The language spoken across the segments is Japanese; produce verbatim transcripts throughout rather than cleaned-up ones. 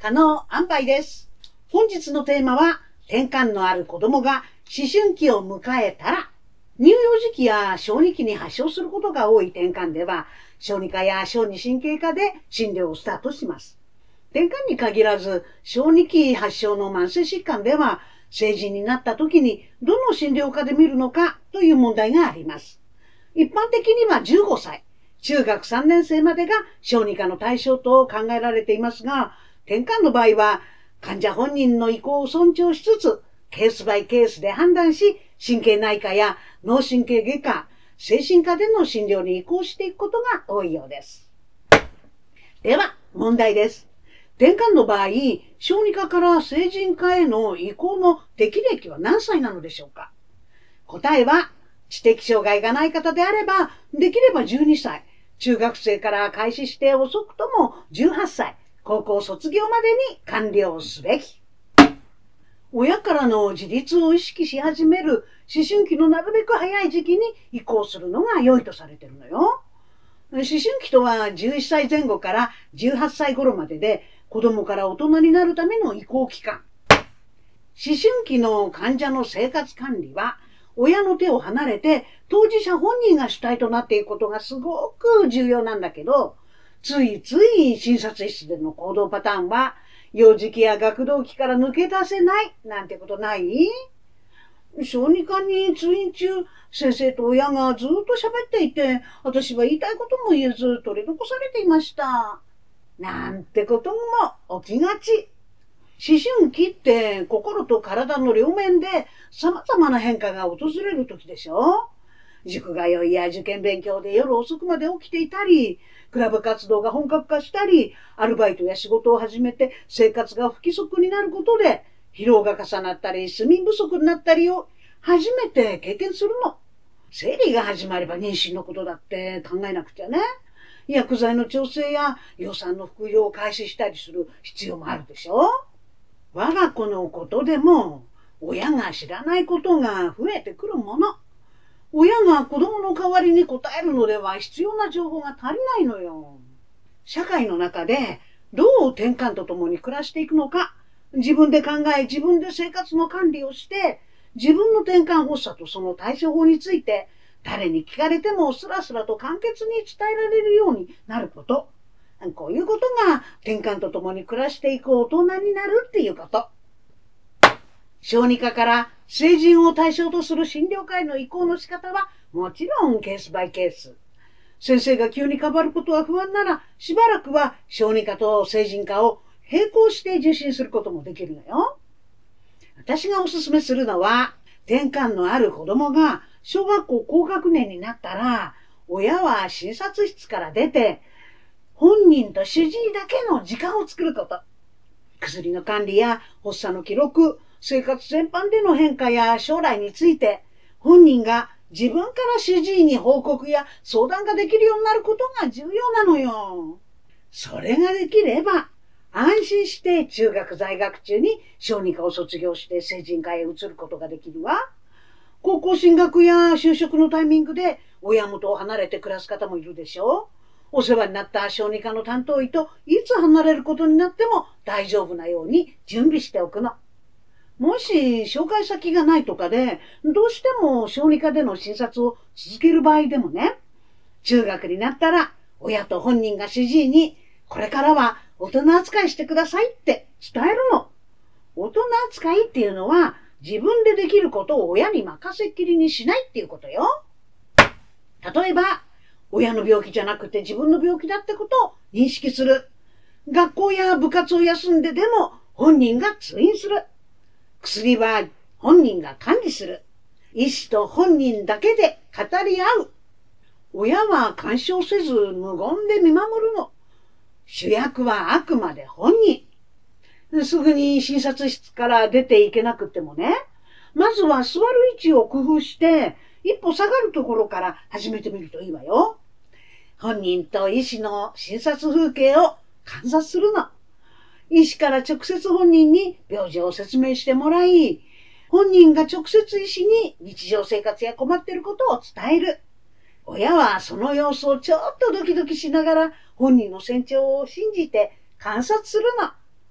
可能安排です。本日のテーマは、転換のある子供が思春期を迎えたら、乳幼児期や小児期に発症することが多い転換では、小児科や小児神経科で診療をスタートします。転換に限らず、小児期発症の慢性疾患では、成人になった時にどの診療科で見るのかという問題があります。一般的にはじゅうごさい、中学さんねん生までが小児科の対象と考えられていますが、転換の場合は患者本人の意向を尊重しつつ、ケースバイケースで判断し、神経内科や脳神経外科、精神科での診療に移行していくことが多いようです。では、問題です。転換の場合、小児科から成人科への移行の適齢期は何歳なのでしょうか？答えは、知的障害がない方であれば、できればじゅうにさい、中学生から開始して遅くともじゅうはっさい、高校卒業までに完了すべき。親からの自立を意識し始める思春期のなるべく早い時期に移行するのが良いとされているのよ。思春期とはじゅういっさいぜん後からじゅうはっさい頃までで、子供から大人になるための移行期間。思春期の患者の生活管理は、親の手を離れて当事者本人が主体となっていくことがすごく重要なんだけど、ついつい診察室での行動パターンは、幼児期や学童期から抜け出せないなんてことない？小児科に通院中、先生と親がずっと喋っていて、私は言いたいことも言えず取り残されていました。なんてことも起きがち。思春期って心と体の両面で様々な変化が訪れる時でしょ？塾通いや受験勉強で夜遅くまで起きていたり、クラブ活動が本格化したり、アルバイトや仕事を始めて生活が不規則になることで、疲労が重なったり、睡眠不足になったりを初めて経験するの。生理が始まれば妊娠のことだって考えなくちゃね。薬剤の調整や予算の服用を開始したりする必要もあるでしょ？我が子のことでも、親が知らないことが増えてくるもの。親が子供の代わりに答えるのでは必要な情報が足りないのよ。社会の中でどう転換とともに暮らしていくのか、自分で考え、自分で生活の管理をして、自分の転換発作とその対処法について、誰に聞かれてもスラスラと簡潔に伝えられるようになること。こういうことが転換とともに暮らしていく大人になるっていうこと。小児科から成人を対象とする診療科への移行の仕方はもちろんケースバイケース。先生が急に変わることは不安なら、しばらくは小児科と成人科を並行して受診することもできるのよ。私がおすすめするのは、転換のある子供が小学校高学年になったら、親は診察室から出て、本人と主治医だけの時間を作ること。薬の管理や発作の記録、生活全般での変化や将来について、本人が自分から主治医に報告や相談ができるようになることが重要なのよ。それができれば、安心して中学在学中に小児科を卒業して成人科へ移ることができるわ。高校進学や就職のタイミングで親元を離れて暮らす方もいるでしょう。お世話になった小児科の担当医といつ離れることになっても大丈夫なように準備しておくの。もし紹介先がないとかで、どうしても小児科での診察を続ける場合でもね、中学になったら親と本人が主治医に、これからは大人扱いしてくださいって伝えるの。大人扱いっていうのは自分でできることを親に任せっきりにしないっていうことよ。例えば、親の病気じゃなくて自分の病気だってことを認識する。学校や部活を休んででも本人が通院する。薬は本人が管理する。医師と本人だけで語り合う。親は干渉せず無言で見守るの。主役はあくまで本人。すぐに診察室から出ていけなくてもね、まずは座る位置を工夫して、一歩下がるところから始めてみるといいわよ。本人と医師の診察風景を観察するの。医師から直接本人に病状を説明してもらい、本人が直接医師に日常生活や困っていることを伝える。親はその様子をちょっとドキドキしながら本人の成長を信じて観察するの。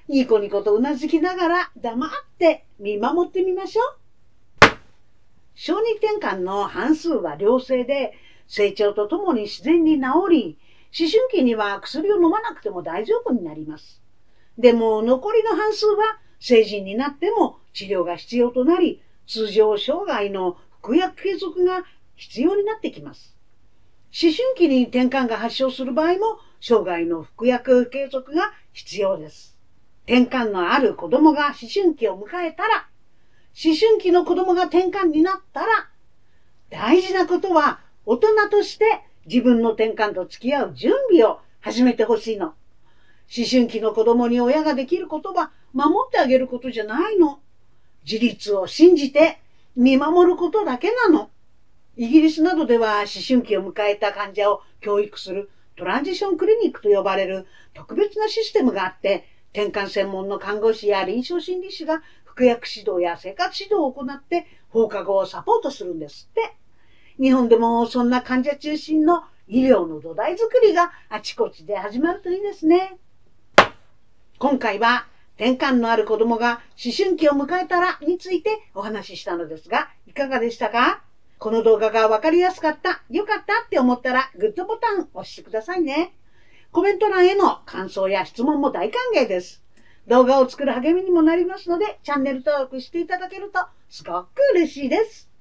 ニコニコとうなずきながら黙って見守ってみましょう。小児転換の半数は良性で、成長とともに自然に治り、思春期には薬を飲まなくても大丈夫になります。でも残りの半数は成人になっても治療が必要となり、通常生涯の服薬継続が必要になってきます。思春期に転換が発症する場合も生涯の服薬継続が必要です。転換のある子供が思春期を迎えたら、思春期の子供が転換になったら、大事なことは大人として自分の転換と付き合う準備を始めてほしいの。思春期の子供に親ができることは守ってあげることじゃないの。自立を信じて見守ることだけなの。イギリスなどでは思春期を迎えた患者を教育するトランジションクリニックと呼ばれる特別なシステムがあって、転換専門の看護師や臨床心理士が服薬指導や生活指導を行って放課後をサポートするんですって。日本でもそんな患者中心の医療の土台作りがあちこちで始まるといいですね。今回は転換のある子供が思春期を迎えたらについてお話ししたのですが、いかがでしたか？この動画がわかりやすかった、良かったって思ったらグッドボタン押してくださいね。コメント欄への感想や質問も大歓迎です。動画を作る励みにもなりますので、チャンネル登録していただけるとすごく嬉しいです。